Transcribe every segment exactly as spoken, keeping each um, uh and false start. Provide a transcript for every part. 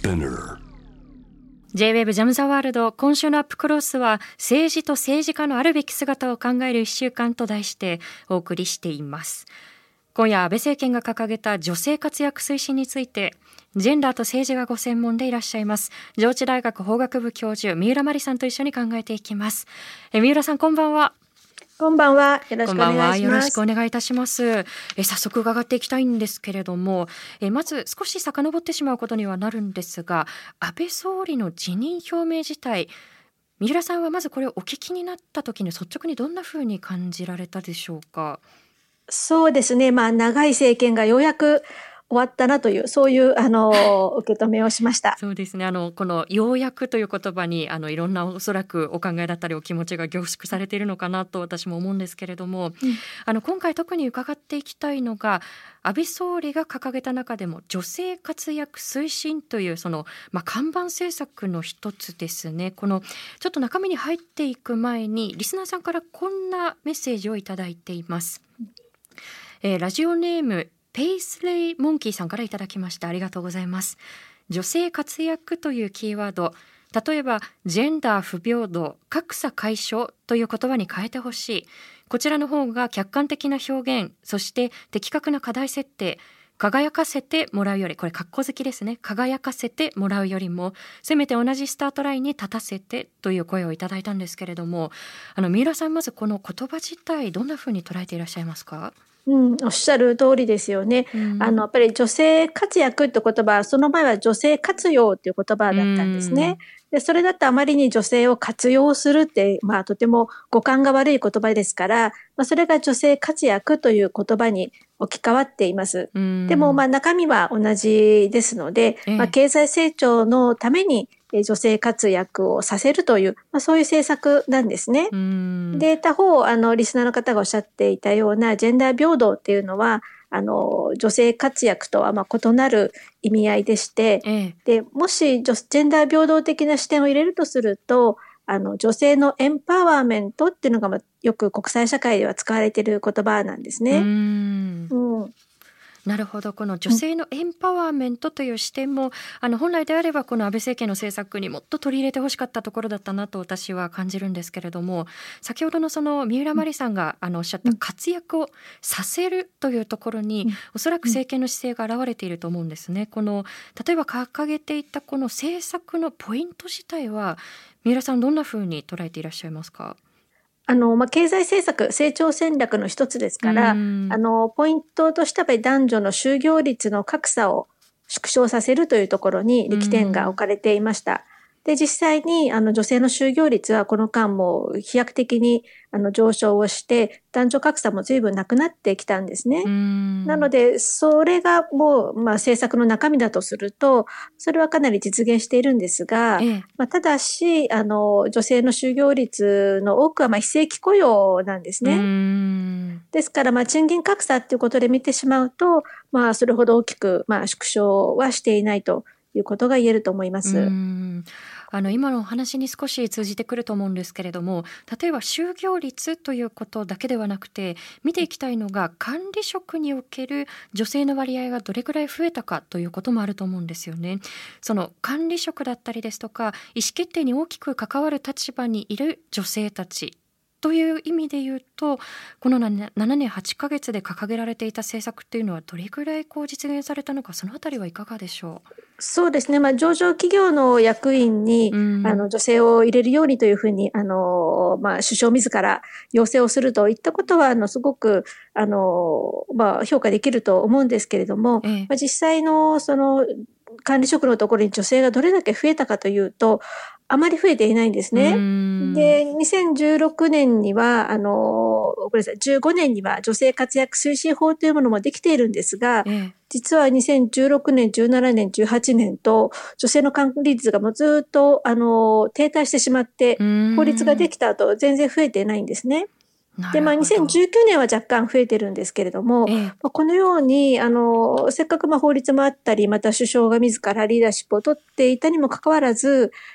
Spinner ジェイウェーブ ジャムザワールド、今週のアップクロスは政治と政治家のあるべき姿を考えるいっしゅうかんと題してお送りしています。今夜安倍政権が掲げた女性活躍推進について、ジェンダーと政治がご専門でいらっしゃいます上智大学法学部教授三浦真理さんと一緒に考えていきます。え三浦さん、こんばんは。 こんばんは。よろしくお願いします。こんばんは。 よろしくお願いいたします。え早速伺っていきたいんですけれども、えまず少し遡ってしまうことにはなるんですが、安倍総理の辞任表明自体、三浦さんはまずこれをお聞きになった時に率直にどんなふうに感じられたでしょうか。 そうですね、まあ、長い政権がようやく終わったなという、そういうあの受け止めをしました。 そうですね、あのこのようやくという言葉にあのいろんなおそらくお考えだったりお気持ちが凝縮されているのかなと私も思うんですけれども、うん、あの今回特に伺っていきたいのが、安倍総理が掲げた中でも女性活躍推進というその、まあ、看板政策の一つですね。このちょっと中身に入っていく前にリスナーさんからこんなメッセージをいただいています。えー、ラジオネームペイスレイモンキーさんからいただきました。ありがとうございます。女性活躍というキーワード、例えばジェンダー不平等、格差解消という言葉に変えてほしい。こちらの方が客観的な表現、そして的確な課題設定、輝かせてもらうより、これカッコ好きですね、輝かせてもらうよりもせめて同じスタートラインに立たせてという声をいただいたんですけれども、あの三浦さん、まずこの言葉自体どんなふうに捉えていらっしゃいますか。 うん、おっしゃる通りですよね。うん、あのやっぱり女性活躍って言葉、その前は女性活用っていう言葉だったんですね。で、それだとあまりに女性を活用するって、まあとても語感が悪い言葉ですから、まあ、それが女性活躍という言葉に置き換わっています。でもまあ中身は同じですので、まあ、経済成長のために女性活躍をさせるという、まあ、そういう政策なんですね。で、他方、あの、リスナーの方がおっしゃっていたようなジェンダー平等っていうのは、あの、女性活躍とはまあ異なる意味合いでして、ええ、で、もしジェンダー平等的な視点を入れるとすると、あの、女性のエンパワーメントっていうのがよく国際社会では使われている言葉なんですね。 うーん、うんなるほど。この女性のエンパワーメントという視点も、うん、あの本来であればこの安倍政権の政策にもっと取り入れてほしかったところだったなと私は感じるんですけれども、先ほどのその三浦真理さんがあのおっしゃった活躍をさせるというところに、うん、おそらく政権の姿勢が現れていると思うんですね。この例えば掲げていたこの政策のポイント自体は三浦さん、どんなふうに捉えていらっしゃいますか。 あの、まあ、経済政策、成長戦略の一つですから、あの、ポイントとしてはやっぱり男女の就業率の格差を縮小させるというところに力点が置かれていました。で、実際に、あの、女性の就業率はこの間も飛躍的に、あの、上昇をして、男女格差も随分なくなってきたんですね。なので、それがもう、まあ、政策の中身だとすると、それはかなり実現しているんですが、ええ、まあ、ただし、あの、女性の就業率の多くは、まあ、非正規雇用なんですね。ですから、まあ、賃金格差っていうことで見てしまうと、まあ、それほど大きく、まあ、縮小はしていないということが言えると思います。 うーんあの今のお話に少し通じてくると思うんですけれども、例えば就業率ということだけではなくて、見ていきたいのが管理職における女性の割合がどれくらい増えたかということもあると思うんですよね。その管理職だったりですとか、意思決定に大きく関わる立場にいる女性たちという意味で言うと、このななねんはちかげつで掲げられていた政策っていうのはどれくらいこう実現されたのか、そのあたりはいかがでしょう。 そうですね。まあ、上場企業の役員に、うん、あの、女性を入れるようにというふうに、あの、まあ、首相自ら要請をするといったことは、あの、すごく、あの、まあ、評価できると思うんですけれども、ええ、まあ、実際の、その、管理職のところに女性がどれだけ増えたかというと、あまり増えていないんですね。で、にせんじゅうろくねんには、あの、ごめんなさい、じゅうごねんには女性活躍推進法というものもできているんですが、ええ、実はにせんじゅうろくねん、じゅうななねん、じゅうはちねんと女性の管理率がもうずっと、あの、停滞してしまって、法律ができた後全然増えていないんですね。で、まあ、にせんじゅうきゅうねんは若干増えてるんですけれども、ええ、まあ、このように、あの、せっかくまあ法律もあったり、また首相が自らリーダーシップを取っていたにもかかわらず、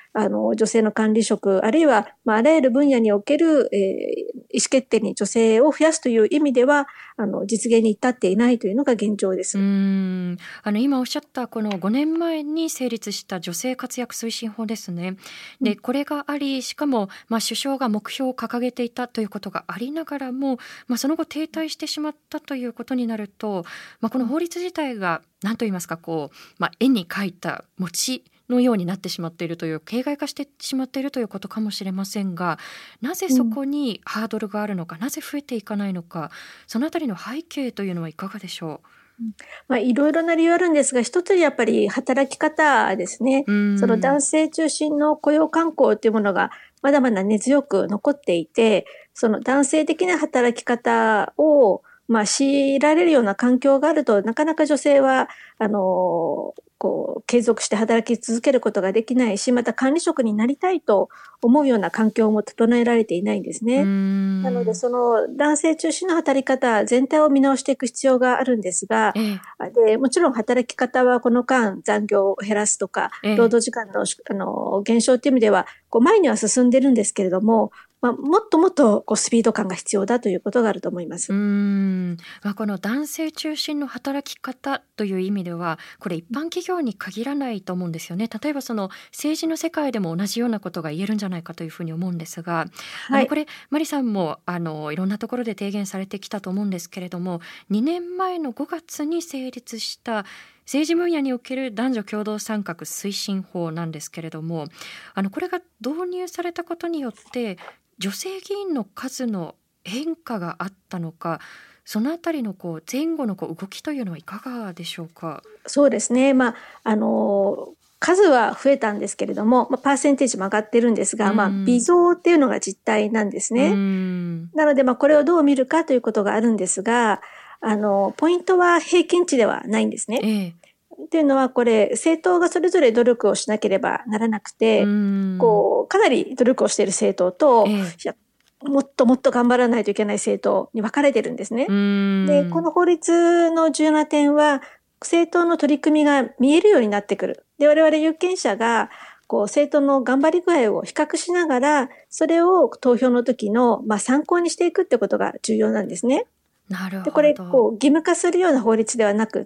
あの女性の管理職、あるいは、まあ、あらゆる分野における、えー、意思決定に女性を増やすという意味ではあの実現に至っていないというのが現状です。 うーんあの今おっしゃったこのごねんまえに成立した女性活躍推進法ですね。でこれがあり、しかも、まあ、首相が目標を掲げていたということがありながらも、まあ、その後停滞してしまったということになると、まあ、この法律自体が何と言いますか、こう、まあ、絵に描いた餅のようになってしまっているという、形骸化してしまっているということかもしれませんが、なぜそこにハードルがあるのか、うん、なぜ増えていかないのか、そのあたりの背景というのはいかがでしょう。 まあ、いろいろな理由あるんですが、一つやっぱり働き方ですね。その男性中心の雇用慣行というものがまだまだ根強く残っていて、その男性的な働き方をまあ強いられるような環境があると、なかなか女性はあのこう継続して働き続けることができないし、また管理職になりたいと思うような環境も整えられていないんですね。なのでその男性中心の働き方全体を見直していく必要があるんですが、ええ、でもちろん働き方はこの間残業を減らすとか、ええ、労働時間の、あの減少という意味ではこう前には進んでるんですけれども、まあ、もっともっとこうスピード感が必要だということがあると思います。 うーん、まあ、この男性中心の働き方という意味ではこれ一般企業に限らないと思うんですよね。例えばその政治の世界でも同じようなことが言えるんじゃないかというふうに思うんですが、はい、あのこれマリさんもあのいろんなところで提言されてきたと思うんですけれども、にねんまえのごがつに成立した政治分野における男女共同参画推進法なんですけれども、あのこれが導入されたことによって女性議員の数の変化があったのか、そのあたりのこう前後のこう動きというのはいかがでしょうか。 そうですね、まああの数は増えたんですけれども、まあ、パーセンテージも上がってるんですが、まあ、微増っていうのが実態なんですね。なので、まあ、これをどう見るかということがあるんですが、あのポイントは平均値ではないんですね。ええというのはこれ政党がそれぞれ努力をしなければならなくて、こうかなり努力をしている政党と、ええ、もっともっと頑張らないといけない政党に分かれてるんですね。で、この法律の重要な点は政党の取り組みが見えるようになってくる。で、我々有権者がこう政党の頑張り具合を比較しながら、それを投票の時の、まあ、参考にしていくってことが重要なんですね。 なるほど。 でこれこう義務化するような法律ではなくって、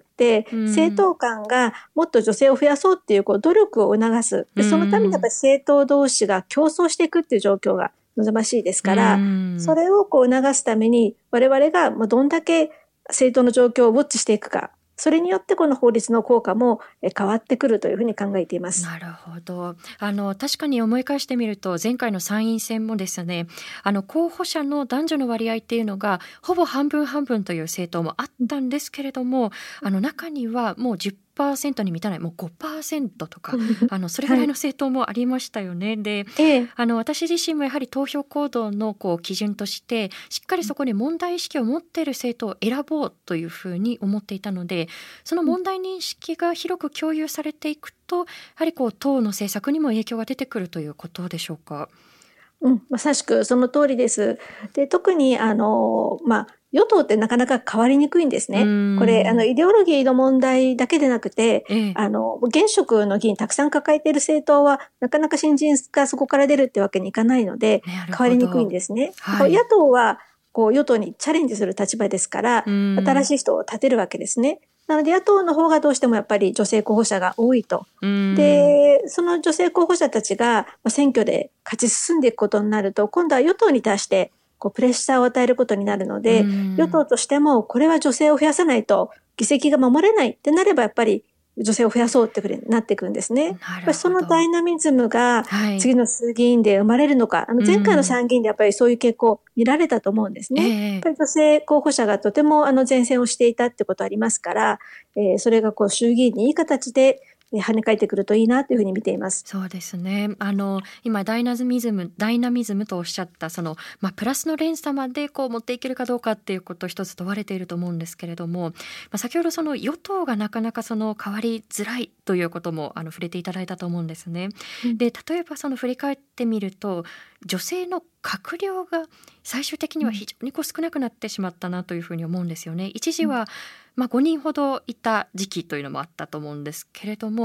政党間がもっと女性を増やそうっていうこう努力を促す。でそのためにやっぱり政党同士が競争していくっていう状況が望ましいですから、それをこう促すために我々がどんだけ政党の状況をウォッチしていくか。それによってこの法律の効果も変わってくるというふうに考えています。 なるほど。あの確かに思い返してみると前回の参院選もですね、あの候補者の男女の割合っていうのがほぼ半分半分という政党もあったんですけれども、あの中にはもうじゅっパーセントに満たないもう ごパーセント とかあのそれぐらいの政党もありましたよね。はい、で、ええ、あの私自身もやはり投票行動のこう基準としてしっかりそこに問題意識を持っている政党を選ぼうというふうに思っていたので、その問題認識が広く共有されていくとやはりこう党の政策にも影響が出てくるということでしょうか。 うん、まさしくその通りです。で、特にあの、まあ、与党ってなかなか変わりにくいんですね。これ、あの、イデオロギーの問題だけでなくて、ええ、あの、現職の議員たくさん抱えている政党は、なかなか新人がそこから出るってわけにいかないので、変わりにくいんですね。はい、野党は、こう、与党にチャレンジする立場ですから、新しい人を立てるわけですね。なので野党の方がどうしてもやっぱり女性候補者が多いと。で、その女性候補者たちが選挙で勝ち進んでいくことになると、今度は与党に対してこうプレッシャーを与えることになるので、与党としてもこれは女性を増やさないと議席が守れないってなればやっぱり女性を増やそうってなってくるんですね。やっぱりそのダイナミズムが次の衆議院で生まれるのか、はい、あの前回の参議院でやっぱりそういう傾向見られたと思うんですね。えー、やっぱり女性候補者がとてもあの前線をしていたってことありますから、えー、それがこう衆議院にいい形で跳ね返ってくるといいなというふうに見ています。 そうですね。あの今ダイナミズムダイナミズムとおっしゃったその、まあ、プラスの連鎖までこう持っていけるかどうかっていうことを一つ問われていると思うんですけれども、まあ、先ほどその与党がなかなかその変わりづらいということもあの触れていただいたと思うんですね。うん、で例えばその振り返ってみると女性の閣僚が最終的には非常にこう少なくなってしまったなというふうに思うんですよね。一時は、まあ、ごにんほどいた時期というのもあったと思うんですけれども、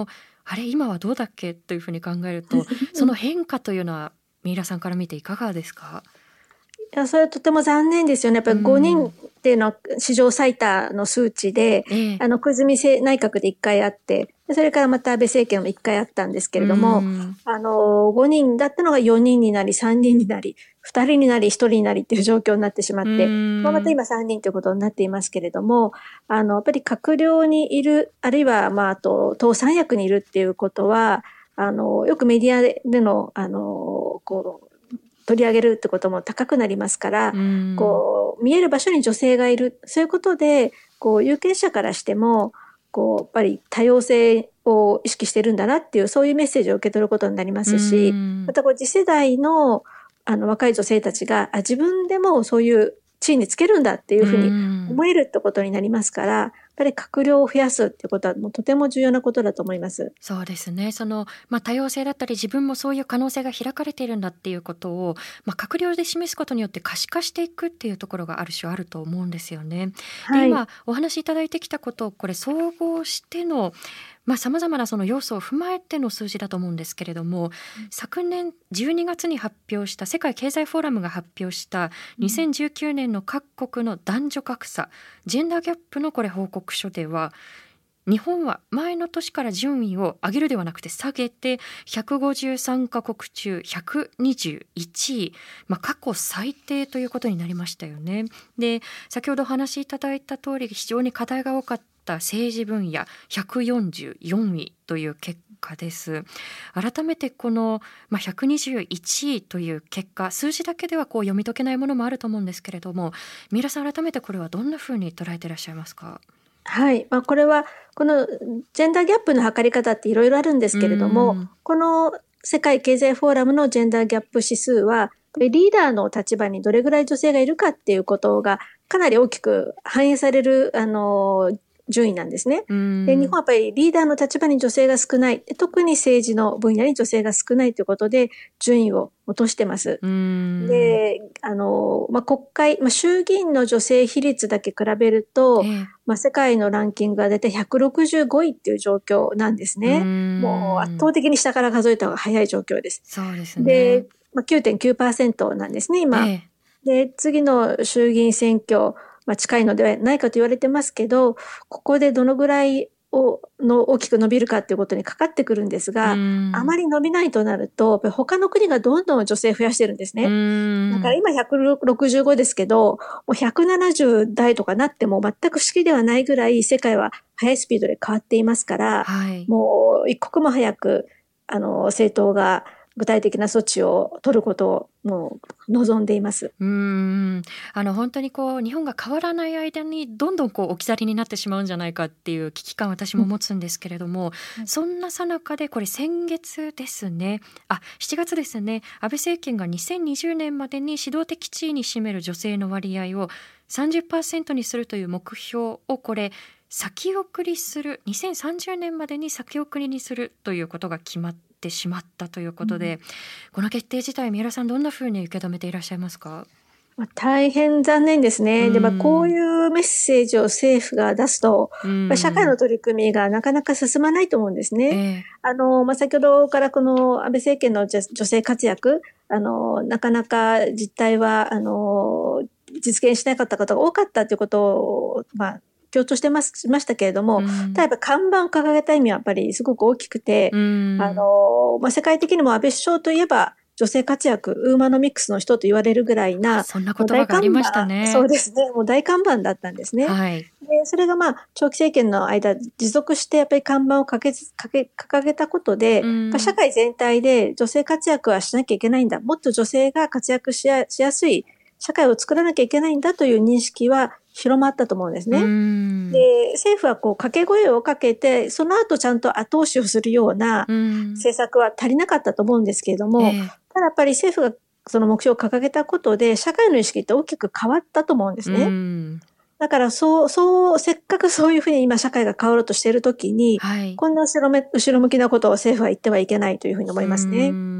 あれ今はどうだっけというふうに考えるとその変化というのは三浦さんから見ていかがですか？ いや、それはとても残念ですよね。やっぱりごにんっていうのは史上最多の数値で、ええ、あの、小泉内閣でいっかいあって、それからまた安倍政権もいっかいあったんですけれども、あの、ごにんだったのがよにんになり、さんにんになり、ふたりになり、ひとりになりっていう状況になってしまって、まあ、また今さんにんということになっていますけれども、あの、やっぱり閣僚にいる、あるいは、まあ、あと、党三役にいるっていうことは、あの、よくメディアでの、あの、こう、取り上げるってことも高くなりますから、こう、見える場所に女性がいる。そういうことで、こう、有権者からしても、こう、やっぱり多様性を意識してるんだなっていう、そういうメッセージを受け取ることになりますし、またこう、次世代の、あの、若い女性たちが、あ、自分でもそういう地位につけるんだっていうふうに思えるってことになりますから、やっぱり閣僚を増やすっていうことはもうとても重要なことだと思います。 そうですね。その、まあ、多様性だったり自分もそういう可能性が開かれているんだっていうことを、まあ、閣僚で示すことによって可視化していくっていうところがある種あると思うんですよね。はい、で今お話しいただいてきたことをこれ総合してのまあ、様々なその要素を踏まえての数字だと思うんですけれども、うん、昨年じゅうにがつに発表した世界経済フォーラムが発表したにせんじゅうきゅうねんの各国の男女格差、ジェンダーギャップのこれ報告書では、日本は前の年から順位を上げるではなくて下げてひゃくごじゅうさんカ国中ひゃくにじゅういちい、まあ、過去最低ということになりましたよね。で、先ほどお話しいただいた通り非常に課題が多かった政治分野ひゃくよんじゅうよんいという結果です。改めてこの、まあ、ひゃくにじゅういちいという結果、数字だけではこう読み解けないものもあると思うんですけれども、三浦さん改めてこれはどんなふうに捉えていらっしゃいますか？ はい。まあ、これは、このジェンダーギャップの測り方っていろいろあるんですけれども、この世界経済フォーラムのジェンダーギャップ指数は、リーダーの立場にどれぐらい女性がいるかっていうことがかなり大きく反映される、あの、順位なんですね。で、日本はやっぱりリーダーの立場に女性が少ない。特に政治の分野に女性が少ないということで、順位を落としてます。で、あの、まあ、国会、まあ、衆議院の女性比率だけ比べると、えー、まあ、世界のランキングがだいたいひゃくろくじゅうごいっていう状況なんですね。もう圧倒的に下から数えた方が早い状況です。 そうですね。 で、まあ、きゅうてんきゅうパーセント なんですね、今。えー、で、次の衆議院選挙、まあ、近いのではないかと言われてますけど、ここでどのぐらいをの大きく伸びるかっていうことにかかってくるんですが、あまり伸びないとなると、他の国がどんどん女性増やしてるんですね。だから今ひゃくろくじゅうごですけど、もうひゃくななじゅうだいとかなっても全く不思議ではないぐらい世界は速いスピードで変わっていますから、はい、もう一刻も早くあの政党が具体的な措置を取ることをもう望んでいます。 うーん、あの本当にこう日本が変わらない間にどんどんこう置き去りになってしまうんじゃないかっていう危機感私も持つんですけれども、うん、そんな最中でこれ先月ですね、あ、しちがつですね、安倍政権がにせんにじゅうねんまでに指導的地位に占める女性の割合を さんじゅっパーセント にするという目標をこれ先送りする、にせんさんじゅうねんまでに先送りにするということが決まってしまったということで、うん、この決定自体三浦さんどんなふうに受け止めていらっしゃいますか？ まあ、大変残念ですね。で、まあ、こういうメッセージを政府が出すと、まあ、社会の取り組みがなかなか進まないと思うんですね。えー、あの、まあ、先ほどからこの安倍政権の女性活躍、あの、なかなか実態は、あの、実現しなかった方が多かったということを、まあ、強調してます、しましたけれども、ただやっぱ看板を掲げた意味はやっぱりすごく大きくて、あの、まあ、世界的にも安倍首相といえば、女性活躍、ウーマノミクスの人と言われるぐらいな、 そんな言葉がありましたね。 そうですね。もう大看板だったんですね。はい。で、それがまあ、長期政権の間、持続してやっぱり看板をかけ、かけ、掲げたことで、社会全体で女性活躍はしなきゃいけないんだ。もっと女性が活躍しや、しやすい社会を作らなきゃいけないんだという認識は広まったと思うんですね。で、政府はこう掛け声をかけて、その後ちゃんと後押しをするような政策は足りなかったと思うんですけれども、えー、ただやっぱり政府がその目標を掲げたことで、社会の意識って大きく変わったと思うんですね。だからそう、そう、せっかくそういうふうに今社会が変わろうとしているときに、はい、こんな後ろめ、後ろ向きなことを政府は言ってはいけないというふうに思いますね。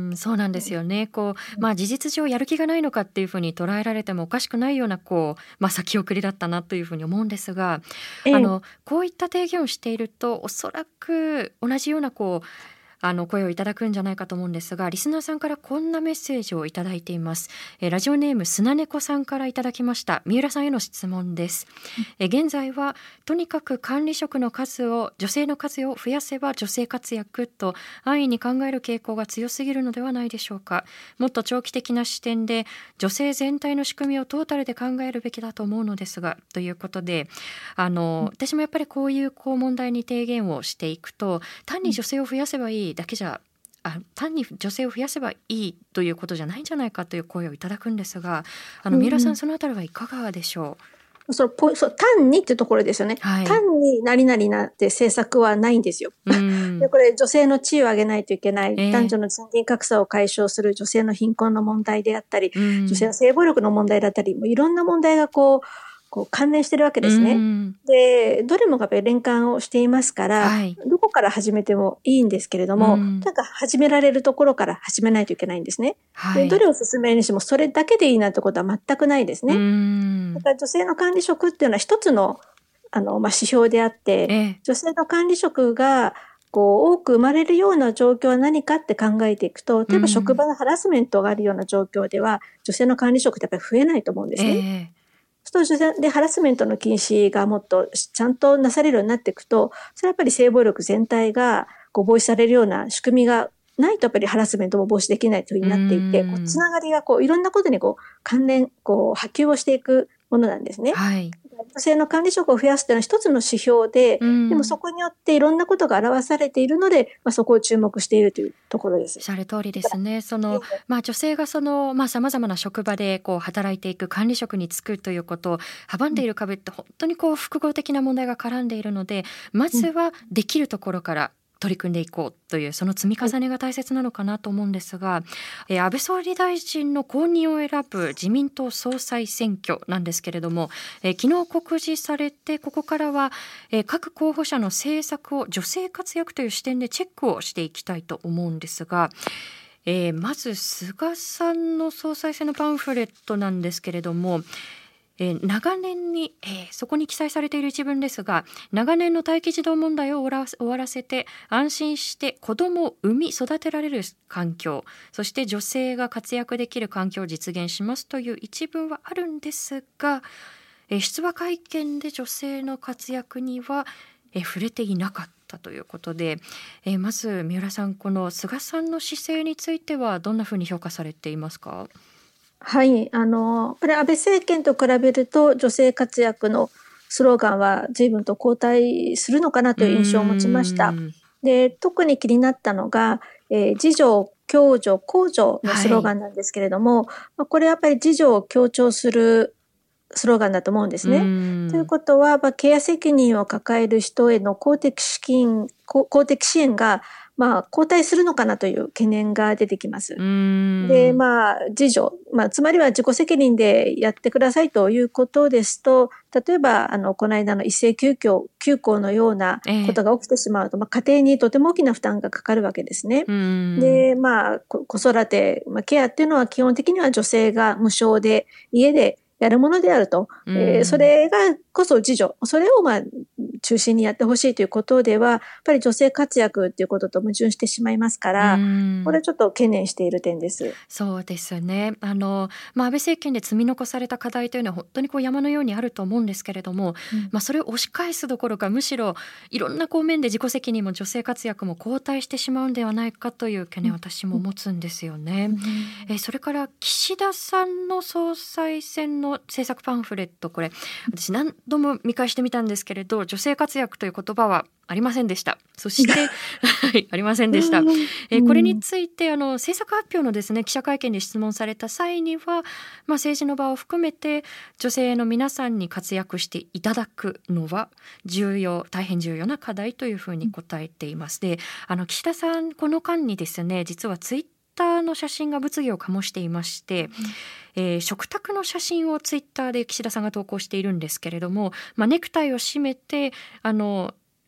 ん、そうなんですよね。こう、まあ、事実上やる気がないのかっていうふうに捉えられてもおかしくないようなこう、まあ、先送りだったなというふうに思うんですが、 ええ、 あのこういった提言をしているとおそらく同じようなこうあの声をいただくんじゃないかと思うんですが、リスナーさんからこんなメッセージをいただいています。えーラジオネーム砂猫さんからいただきました。三浦さんへの質問です。えー現在はとにかく管理職の数を女性の数を増やせば女性活躍と安易に考える傾向が強すぎるのではないでしょうか。もっと長期的な視点で女性全体の仕組みをトータルで考えるべきだと思うのですが、ということで、あの私もやっぱりこういうこう問題に提言をしていくと、単に女性を増やせばいいだけじゃあ単に女性を増やせばいいということじゃないんじゃないかという声をいただくんですが、あの三浦さん、そのあたりはいかがでしょそのポイそう単にっていうところですよね。 はい単に何々なって政策はないんですよ。 う。うんで、これ女性の地位を上げないといけない、 ええ男女の賃金格差を解消する女性の貧困の問題であったり、 うん女性の性暴力の問題だったり、もういろんな問題がこう、こう関連してるわけですね。 うんで、どれもがやっぱり連関をしていますから、 はいどこから始めてもいいんですけれども、 うんなんか始められるところから始めないといけないんですね。で、 はいどれを進めるにしてもそれだけでいいなんてことは全くないですね。 うんだから女性の管理職っていうのは一つの、あの、まあ、指標であって、 ええ女性の管理職が、こう、多く生まれるような状況は何かって考えていくと、例えば職場のハラスメントがあるような状況では、女性の管理職ってやっぱり増えないと思うんですね。 ええそうすると女性でハラスメントの禁止がもっとちゃんとなされるようになっていくと、それはやっぱり性暴力全体がこう防止されるような仕組みがないとやっぱりハラスメントも防止できないというふうになっていて、 うんこうつながりがこういろんなことにこう関連、こう波及をしていくものなんですね。 はい女性の管理職を増やすというのは一つの指標で、 うんでもそこによっていろんなことが表されているので、まあ、そこを注目しているというところですおっ。しゃる通りですね。その、まあ、女性がその、まあ、様々な職場でこう働いていく管理職に就くということを阻んでいる壁って本当にこう複合的な問題が絡んでいるので、まずはできるところから取り組んでいこうというその積み重ねが大切なのかなと思うんですが、えー安倍総理大臣の後任を選ぶ自民党総裁選挙なんですけれども、えー昨日告示されて、ここからは、えー各候補者の政策を女性活躍という視点でチェックをしていきたいと思うんですが、えーまず菅さんの総裁選のパンフレットなんですけれども、えー長年に、えーそこに記載されている一文ですが、長年の待機児童問題を終わら終わらせて安心して子どもを産み育てられる環境、そして女性が活躍できる環境を実現しますという一文はあるんですが、えー出馬会見で女性の活躍には、えー触れていなかったということで、えーまず三浦さん、この菅さんの姿勢についてはどんなふうに評価されていますか？ はい。あの、これ安倍政権と比べると女性活躍のスローガンは随分と後退するのかなという印象を持ちました。 うん、 で、特に気になったのが、えー自助、共助、公助のスローガンなんですけれども、まあ、これやっぱり自助を強調するスローガンだと思うんですね。 うんということは、まあ、ケア責任を抱える人への公的資金、公公的支援が、まあ、後退するのかなという懸念が出てきます。 うんで、まあ、自助、まあ、つまりは自己責任でやってくださいということですと、例えば、あの、この間の一斉休校、休校のようなことが起きてしまうと、まあ、家庭にとても大きな負担がかかるわけですね。 うんで、まあ、こ子育て、まあ、ケアっていうのは基本的には女性が無償で、家でやるものであると。 うんえーそれがこそ自助。それをまあ、中心にやってほしいということでは、やっぱり女性活躍っていうことと矛盾してしまいますから、 うんこれはちょっと懸念している点です。 そうですね。あの、まあ、安倍政権で積み残された課題というのは本当にこう山のようにあると思うんですけれども、 うんまあ、それを押し返すどころか、むしろいろんな方面で自己責任も女性活躍も後退してしまうんではないかという懸念を私も持つんですよね。えーそれから岸田さんの総裁選の政策パンフレット、これ私何度も見返してみたんですけれど、女性活躍という言葉はありませんでした。そしてはいありませんでした。えーこれについてあの政策発表のですね記者会見で質問された際には、まあ、政治の場を含めて女性の皆さんに活躍していただくのは重要大変重要な課題というふうに答えています。で、あの岸田さんこの間にですね、実はツイッターの写真が物議を醸していまして、えー食卓の写真をツイッターで岸田さんが投稿しているんですけれども、まあ、ネクタイを締めてあの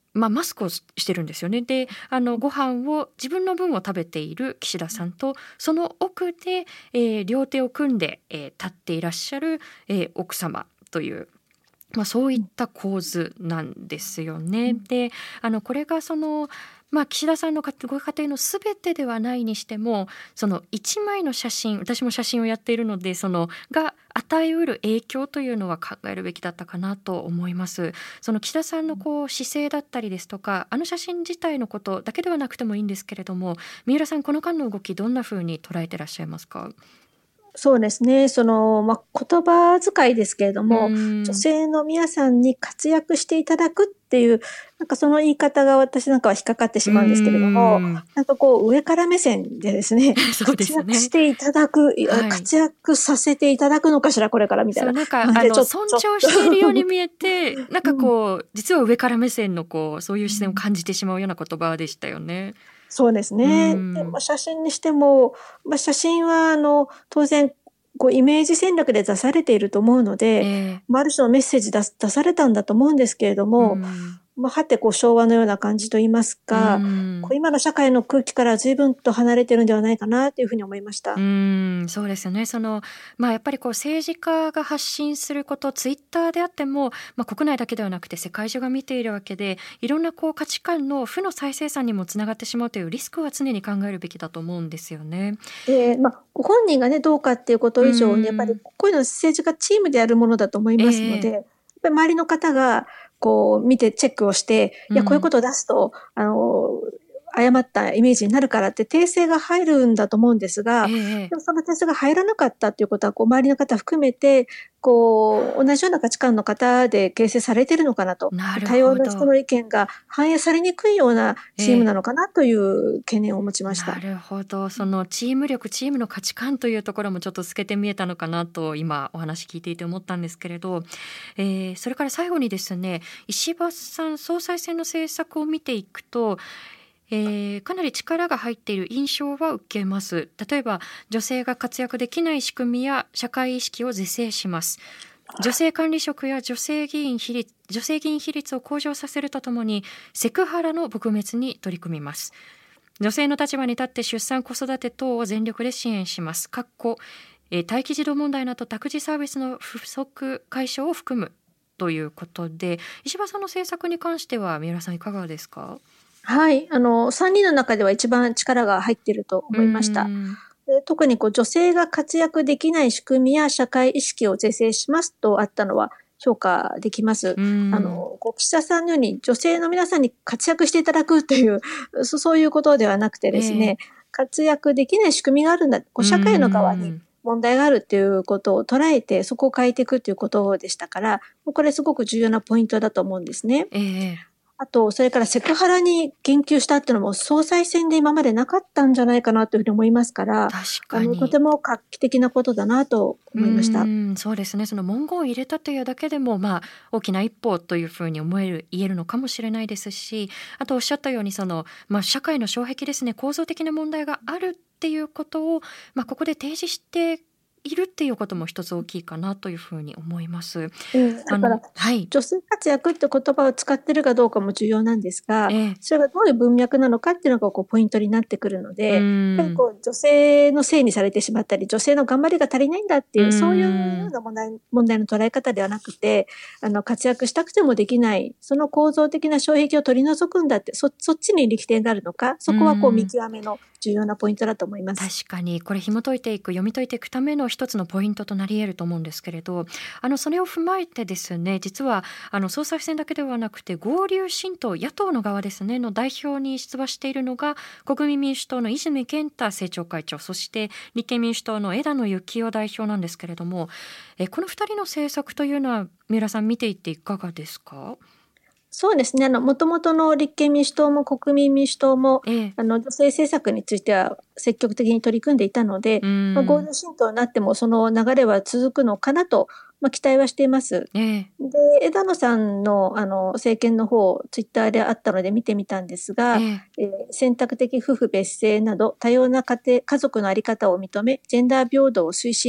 まあ、マスクをしてるんですよね。で、あのご飯を自分の分を食べている岸田さんと、その奥で、えー、両手を組んで、えー、立っていらっしゃる、えー、奥様という、まあ、そういった構図なんですよね。で、あのこれがそのまあ、岸田さんのご家庭のすべてではないにしても、そのいちまいの写真、私も写真をやっているので、そのが与えうる影響というのは考えるべきだったかなと思います。その岸田さんのこう姿勢だったりですとか、あの写真自体のことだけではなくてもいいんですけれども、三浦さん、この間の動きどんなふうに捉えてらっしゃいますか？ そうですね。その、まあ、言葉遣いですけれども、女性の皆さんに活躍していただくっていう、なんかその言い方が私なんかは引っかかってしまうんですけれども、なんかこう上から目線でですね、 そうですね、 活躍していただく、はい、活躍させていただくのかしら、これからみたいな。 そう、なんかあの尊重しているように見えて、なんかこう、うん、実は上から目線のこうそういう視線を感じてしまうような言葉でしたよね。 そうですね。でまあ、写真にしても、まあ、写真はあの当然こうイメージ戦略で出されていると思うので、えーまあ、ある種のメッセージ出出されたんだと思うんですけれども、まあ、はってこう昭和のような感じといいますか、こう今の社会の空気から随分と離れてるんではないかなというふうに思いました。 うーん、そうですよね。その、まあ、やっぱりこう政治家が発信すること、ツイッターであっても、まあ、国内だけではなくて世界中が見ているわけで、いろんなこう価値観の負の再生産にもつながってしまうというリスクは常に考えるべきだと思うんですよね。 で、まあ、ご本人がねどうかっていうこと以上に、やっぱりこういうの政治家チームでやるものだと思いますので、えー、やっぱり周りの方がこう見てチェックをして、いやこういうことを出すと、あの誤ったイメージになるからって訂正が入るんだと思うんですが、えー、でもその訂正が入らなかったっていうことは、こう周りの方含めて、こう同じような価値観の方で形成されているのかなと、多様な人の意見が反映されにくいようなチームなのかなという懸念を持ちました。 えー、なるほど。そのチーム力、チームの価値観というところもちょっと透けて見えたのかなと今お話聞いていて思ったんですけれど、えー、それから最後にですね、石破さん総裁選の政策を見ていくと、えー、かなり力が入っている印象は受けます。例えば女性が活躍できない仕組みや社会意識を是正します。女性管理職や女性議員比率、女性議員比率を向上させるとともにセクハラの撲滅に取り組みます。女性の立場に立って出産子育て等を全力で支援します。かっこ、えー、待機児童問題など託児サービスの不足解消を含むということで、石破さんの政策に関しては三浦さんいかがですか？ はい。あの、さんにんの中では一番力が入っていると思いました。で特にこう女性が活躍できない仕組みや社会意識を是正しますとあったのは評価できます。あの、こう岸田さんのように女性の皆さんに活躍していただくという、そういうことではなくてですね、えー、活躍できない仕組みがあるんだ。こう社会の側に問題があるっていうことを捉えて、そこを変えていくということでしたから、これすごく重要なポイントだと思うんですね。えーあと、それからセクハラに言及したっていうのも総裁選で今までなかったんじゃないかなというふうに思いますから、 確かにあのとても画期的なことだなと思いました。 うん、そうですね。その文言を入れたというだけでも、まあ、大きな一歩というふうに思える、言えるのかもしれないですし、あとおっしゃったように、その、まあ、社会の障壁ですね、構造的な問題があるっていうことを、まあ、ここで提示しているっていうことも一つ大きいかなというふうに思います。 えー、だから、はい、女性活躍って言葉を使ってるかどうかも重要なんですが、えー、それがどういう文脈なのかっていうのがこうポイントになってくるので、やっぱりこう女性のせいにされてしまったり、女性の頑張りが足りないんだっていう、うそういうような問題、問題の捉え方ではなくて、あの活躍したくてもできない、その構造的な障壁を取り除くんだって、そ、そっちに力点があるのか、そこはこう見極めの重要なポイントだと思います。 確かにこれ紐解いていく、読み解いていくための一つのポイントとなり得ると思うんですけれど、あのそれを踏まえてですね、実はあの総裁選だけではなくて合流新党、野党の側ですねの代表に出馬しているのが国民民主党の泉健太政調会長、そして立憲民主党の枝野幸男代表なんですけれども、えこのふたりの政策というのは三浦さん見ていていかがですか？ そうですね。あの、もともとの立憲民主党も国民民主党も、ええ、あの、女性政策については積極的に取り組んでいたので、まあ、合同新党になってもその流れは続くのかなと、まあ、期待はしています。ええ、で、枝野さんの、あの、政見の方、ツイッターであったので見てみたんですが、えええー、選択的夫婦別姓など多様な家庭、家族のあり方を認め、ジェンダー平等を推進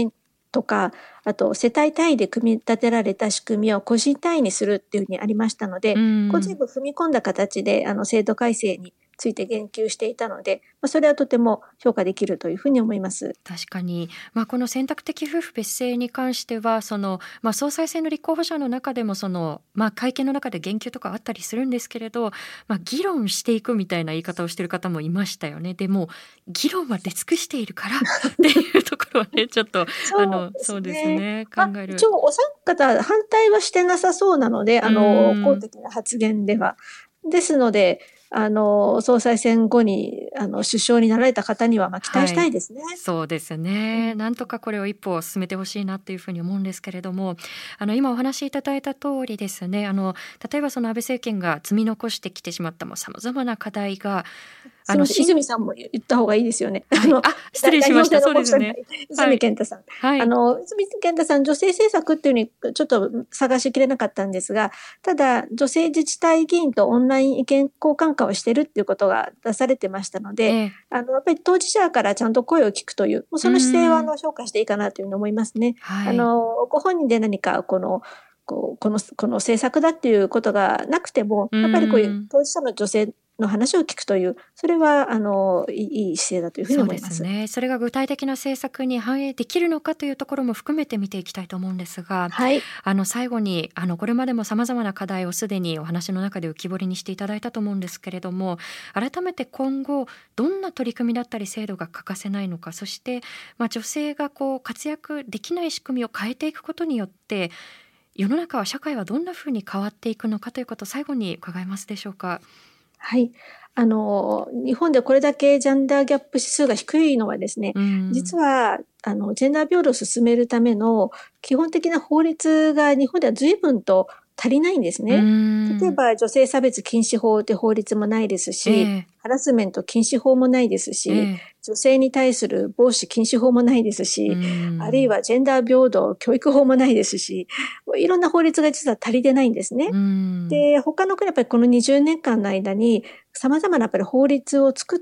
とか、あと世帯単位で組み立てられた仕組みを個人単位にするっていうふうにありましたので、こう随分踏み込んだ形であの制度改正について言及していたので、まあ、それはとても評価できるというふうに思います。 確かに、まあ、この選択的夫婦別姓に関してはその、まあ、総裁選の立候補者の中でもその、まあ、会見の中で言及とかあったりするんですけれど、まあ、議論していくみたいな言い方をしている方もいましたよね。でも議論は出尽くしているからっていうところはねちょっとあのそうですね考える。 一応お三方反対はしてなさそうなので、あの公的な発言ではですので、あの総裁選後にあの首相になられた方にはまあ期待したいですね。 はい、そうですね、うん、なんとかこれを一歩進めてほしいなっていうふうに思うんですけれども、あの今お話しいただいた通りですね、あの例えばその安倍政権が積み残してきてしまったさまざまな課題があの泉さんも言った方がいいですよね。 はい、あのあ失礼しました。そうですね。 泉健太さん、はい、あの泉健太さん女性政策っていうのにちょっと探しきれなかったんですが、ただ女性自治体議員とオンライン意見交換会をしてるっていうことが出されてましたので、ええ、あのやっぱり当事者からちゃんと声を聞くという、もうその姿勢はあの評価していいかなというふうに思いますね。はい、あのご本人で何かこのこうこのこの政策だっていうことがなくても、やっぱりこういう当事者の女性の話を聞くという、それはあのいい姿勢だというふうに思います。 そうですね。それが具体的な政策に反映できるのかというところも含めて見ていきたいと思うんですが、はい、あの最後にあのこれまでもさまざまな課題をすでにお話の中で浮き彫りにしていただいたと思うんですけれども、改めて今後どんな取り組みだったり制度が欠かせないのか、そして、まあ、女性がこう活躍できない仕組みを変えていくことによって世の中は社会はどんなふうに変わっていくのかということを最後に伺えますでしょうか。 はい。あの、日本でこれだけジェンダーギャップ指数が低いのはですね、うん、実は、あの、ジェンダー平等を進めるための基本的な法律が日本では随分と足りないんですね。例えば、女性差別禁止法という法律もないですし、えー、ハラスメント禁止法もないですし、えー、女性に対する防止禁止法もないですし、あるいはジェンダー平等教育法もないですし、いろんな法律が実は足りてないんですね。で、他の国はやっぱりこのにじゅうねんかんの間に様々なやっぱり法律を作って、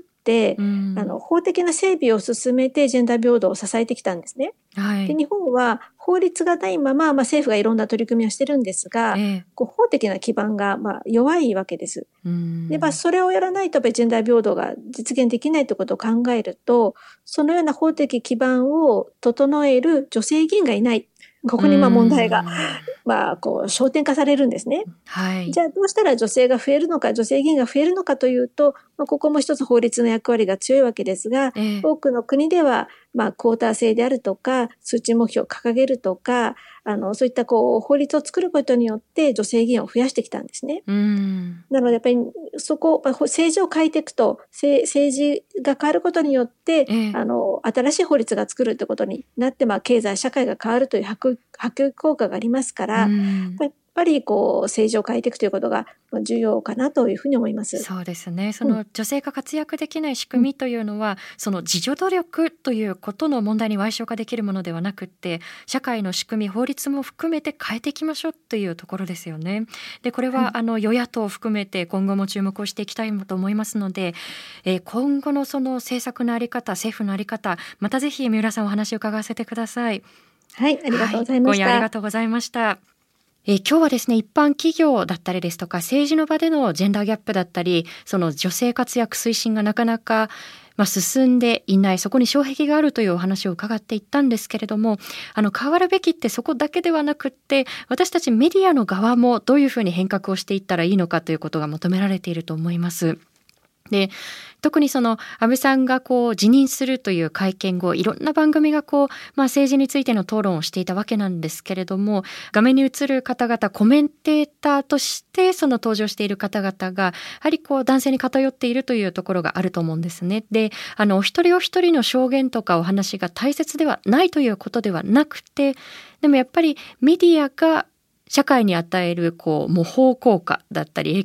あの法的な整備を進めてジェンダー平等を支えてきたんですね。はい、で日本は法律がないまま、まあ、政府がいろんな取り組みをしてるんですが、ええ、こう法的な基盤がまあ弱いわけです。で、まあ、それをやらないとやっぱりジェンダー平等が実現できないということを考えると、そのような法的基盤を整える女性議員がいない。ここにまあ問題が、まあ、こう、焦点化されるんですね。はい。じゃあ、どうしたら女性が増えるのか、女性議員が増えるのかというと、まあ、ここも一つ法律の役割が強いわけですが、ええ、多くの国では、まあ、クォーター制であるとか、数値目標を掲げるとか、あの、そういったこう、法律を作ることによって女性議員を増やしてきたんですね。うんなので、やっぱりそこ、政治を変えていくと、政治が変わることによって、ええ、あの、新しい法律が作るってことになって、まあ、経済、社会が変わるという波及効果がありますから、うんやっぱりこう政治を変えていくということが重要かなというふうに思います。 そうですね。その女性が活躍できない仕組みというのは、うん、その自助努力ということの問題に矮小化できるものではなくって、社会の仕組み、法律も含めて変えていきましょうというところですよね。で、これは、はい、あの与野党を含めて今後も注目をしていきたいと思いますので、えー、今後のその政策のあり方、政府のあり方、またぜひ三浦さんお話を伺わせてください。 はい、ありがとうございました。はい、今夜ありがとうございました。えー、今日はですね、一般企業だったりですとか政治の場でのジェンダーギャップだったり、その女性活躍推進がなかなか、まあ、進んでいない、そこに障壁があるというお話を伺っていったんですけれども、あの変わるべきってそこだけではなくって、私たちメディアの側もどういうふうに変革をしていったらいいのかということが求められていると思います。で特にその安倍さんがこう辞任するという会見後、いろんな番組がこう、まあ、政治についての討論をしていたわけなんですけれども、画面に映る方々、コメンテーターとしてその登場している方々がやはりこう男性に偏っているというところがあると思うんですね。で、あのお一人お一人の証言とかお話が大切ではないということではなくて、でもやっぱりメディアが社会に与えるこう模倣効果だったり影響っ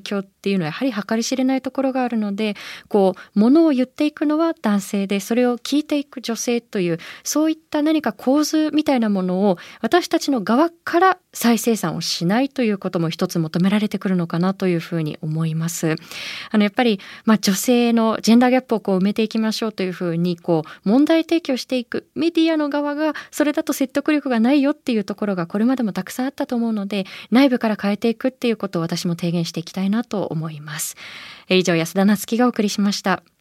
っていうのはやはり計り知れないところがあるので、こう物を言っていくのは男性で、それを聞いていく女性という、そういった何か構図みたいなものを私たちの側から再生産をしないということも一つ求められてくるのかなというふうに思います。あのやっぱり、まあ、女性のジェンダーギャップをこう埋めていきましょうというふうにこう問題提起をしていくメディアの側が、それだと説得力がないよっていうところがこれまでもたくさんあったと思うので、内部から変えていくっていうことを私も提言していきたいなと思います。以上、安田なつきがお送りしました。